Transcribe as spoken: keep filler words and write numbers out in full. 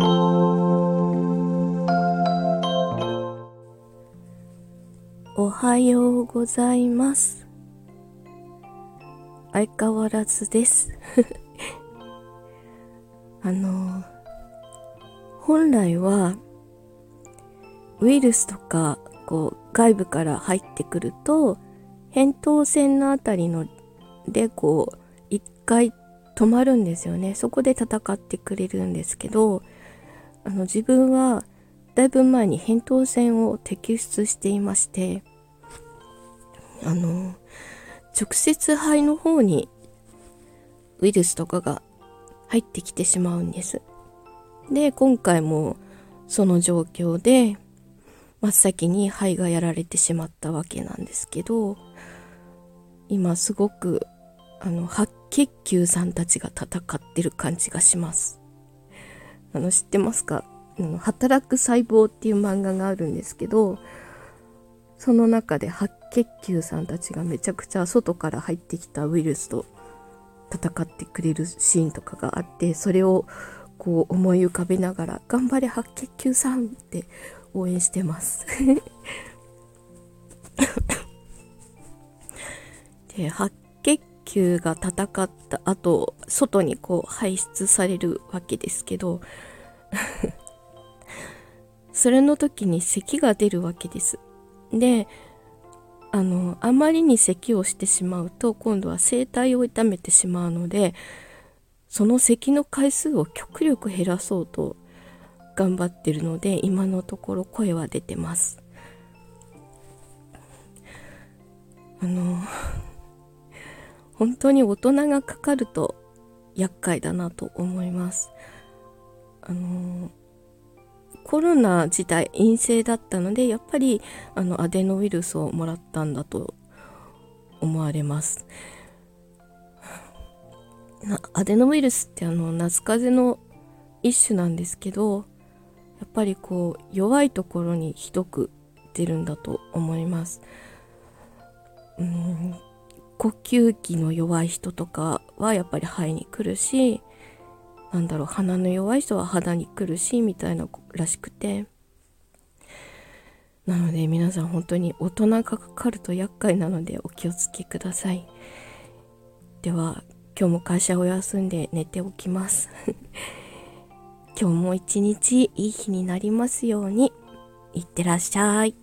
おはようございます。相変わらずですあの本来はウイルスとかこう外部から入ってくると扁桃腺のあたりのでこう一回止まるんですよね。そこで戦ってくれるんですけど、あの自分はだいぶ前に扁桃腺を摘出していまして、あの直接肺の方にウイルスとかが入ってきてしまうんです。で、今回もその状況で真っ先に肺がやられてしまったわけなんですけど、今すごくあの白血球さんたちが戦ってる感じがします。あの知ってますか？あの働く細胞っていう漫画があるんですけど、その中で白血球さんたちがめちゃくちゃ外から入ってきたウイルスと戦ってくれるシーンとかがあって、それをこう思い浮かべながら頑張れ白血球さんって応援してますで、白血球が戦った後、外にこう排出されるわけですけどそれの時に咳が出るわけです。で、あのあまりに咳をしてしまうと今度は声帯を痛めてしまうので、その咳の回数を極力減らそうと頑張ってるので、今のところ声は出てます。あの本当に大人がかかると厄介だなと思います。あのコロナ自体陰性だったので、やっぱりあのアデノウイルスをもらったんだと思われます。アデノウイルスってあの夏風邪の一種なんですけど、やっぱりこう弱いところにひどく出るんだと思います。うーん呼吸器の弱い人とかはやっぱり肺に来るし、なんだろう鼻の弱い人は肌に来るしみたいならしくて、なので皆さん本当に大人がかかると厄介なのでお気をつけください。では今日も会社を休んで寝ておきます今日も一日いい日になりますように。いってらっしゃい。